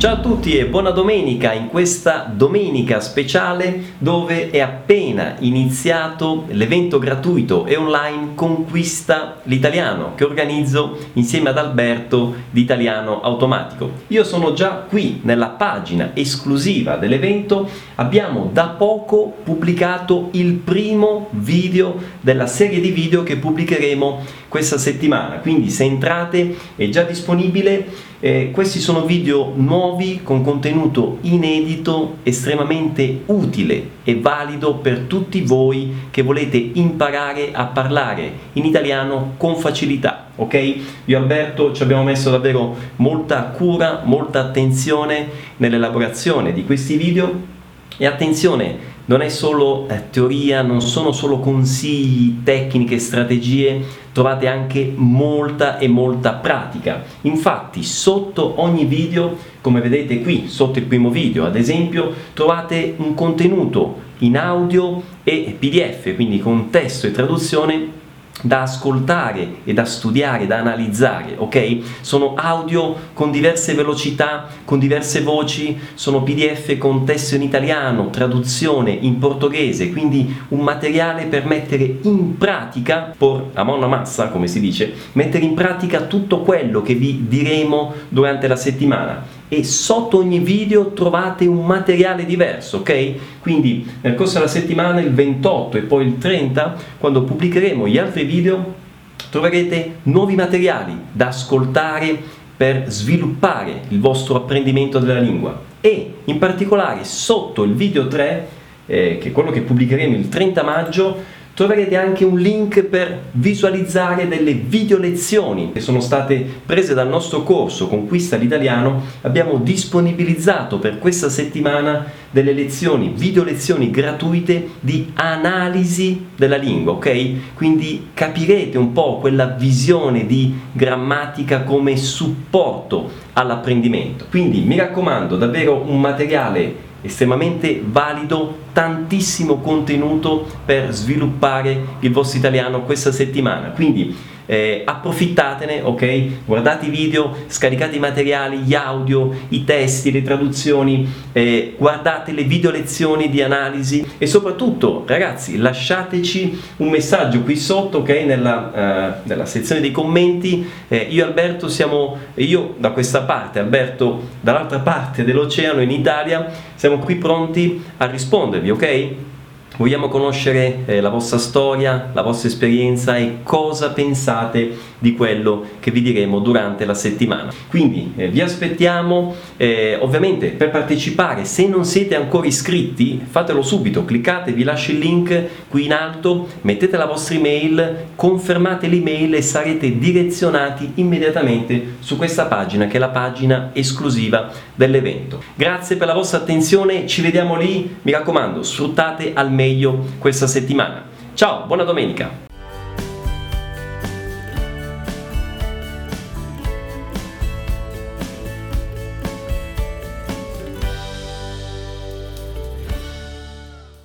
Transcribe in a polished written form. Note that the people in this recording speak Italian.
Ciao a tutti e buona domenica in questa domenica speciale dove è appena iniziato l'evento gratuito e online Conquista l'Italiano che organizzo insieme ad Alberto di Italiano Automatico. Io sono già qui nella pagina esclusiva dell'evento, abbiamo da poco pubblicato il primo video della serie di video che pubblicheremo questa settimana, quindi se entrate è già disponibile. Questi sono video nuovi con contenuto inedito, estremamente utile e valido per tutti voi che volete imparare a parlare in italiano con facilità, ok? Io e Alberto ci abbiamo messo davvero molta cura, molta attenzione nell'elaborazione di questi video e attenzione, non è solo teoria, non sono solo consigli, tecniche, strategie, trovate anche molta pratica. Infatti sotto ogni video, come vedete qui, sotto il primo video ad esempio, trovate un contenuto in audio e PDF, quindi con testo e traduzione da ascoltare e da studiare, da analizzare, ok? Sono audio con diverse velocità, con diverse voci, sono PDF con testo in italiano, traduzione in portoghese, quindi un materiale per mettere in pratica, por a mano massa, come si dice, mettere in pratica tutto quello che vi diremo durante la settimana. E sotto ogni video trovate un materiale diverso, ok? Quindi nel corso della settimana, il 28 e poi il 30, quando pubblicheremo gli altri video, troverete nuovi materiali da ascoltare per sviluppare il vostro apprendimento della lingua. E in particolare sotto il video 3, che è quello che pubblicheremo il 30 maggio, troverete anche un link per visualizzare delle video lezioni che sono state prese dal nostro corso Conquista l'Italiano. Abbiamo disponibilizzato per questa settimana delle lezioni, video lezioni gratuite di analisi della lingua, ok? Quindi capirete un po' quella visione di grammatica come supporto all'apprendimento. Quindi mi raccomando, davvero un materiale estremamente valido, tantissimo contenuto per sviluppare il vostro italiano questa settimana, quindi approfittatene, ok? Guardate i video, scaricate i materiali, gli audio, i testi, le traduzioni, guardate le video lezioni di analisi e soprattutto ragazzi lasciateci un messaggio qui sotto, ok? Nella sezione dei commenti. Io e Alberto siamo, io da questa parte, Alberto dall'altra parte dell'oceano in Italia, siamo qui pronti a rispondervi, ok? Vogliamo conoscere la vostra storia, la vostra esperienza e cosa pensate di quello che vi diremo durante la settimana. Quindi vi aspettiamo, ovviamente per partecipare, se non siete ancora iscritti, fatelo subito, cliccate, vi lascio il link qui in alto, mettete la vostra email, confermate l'email e sarete direzionati immediatamente su questa pagina che è la pagina esclusiva dell'evento. Grazie per la vostra attenzione, ci vediamo lì, mi raccomando, sfruttate al meglio questa settimana. Ciao, buona domenica!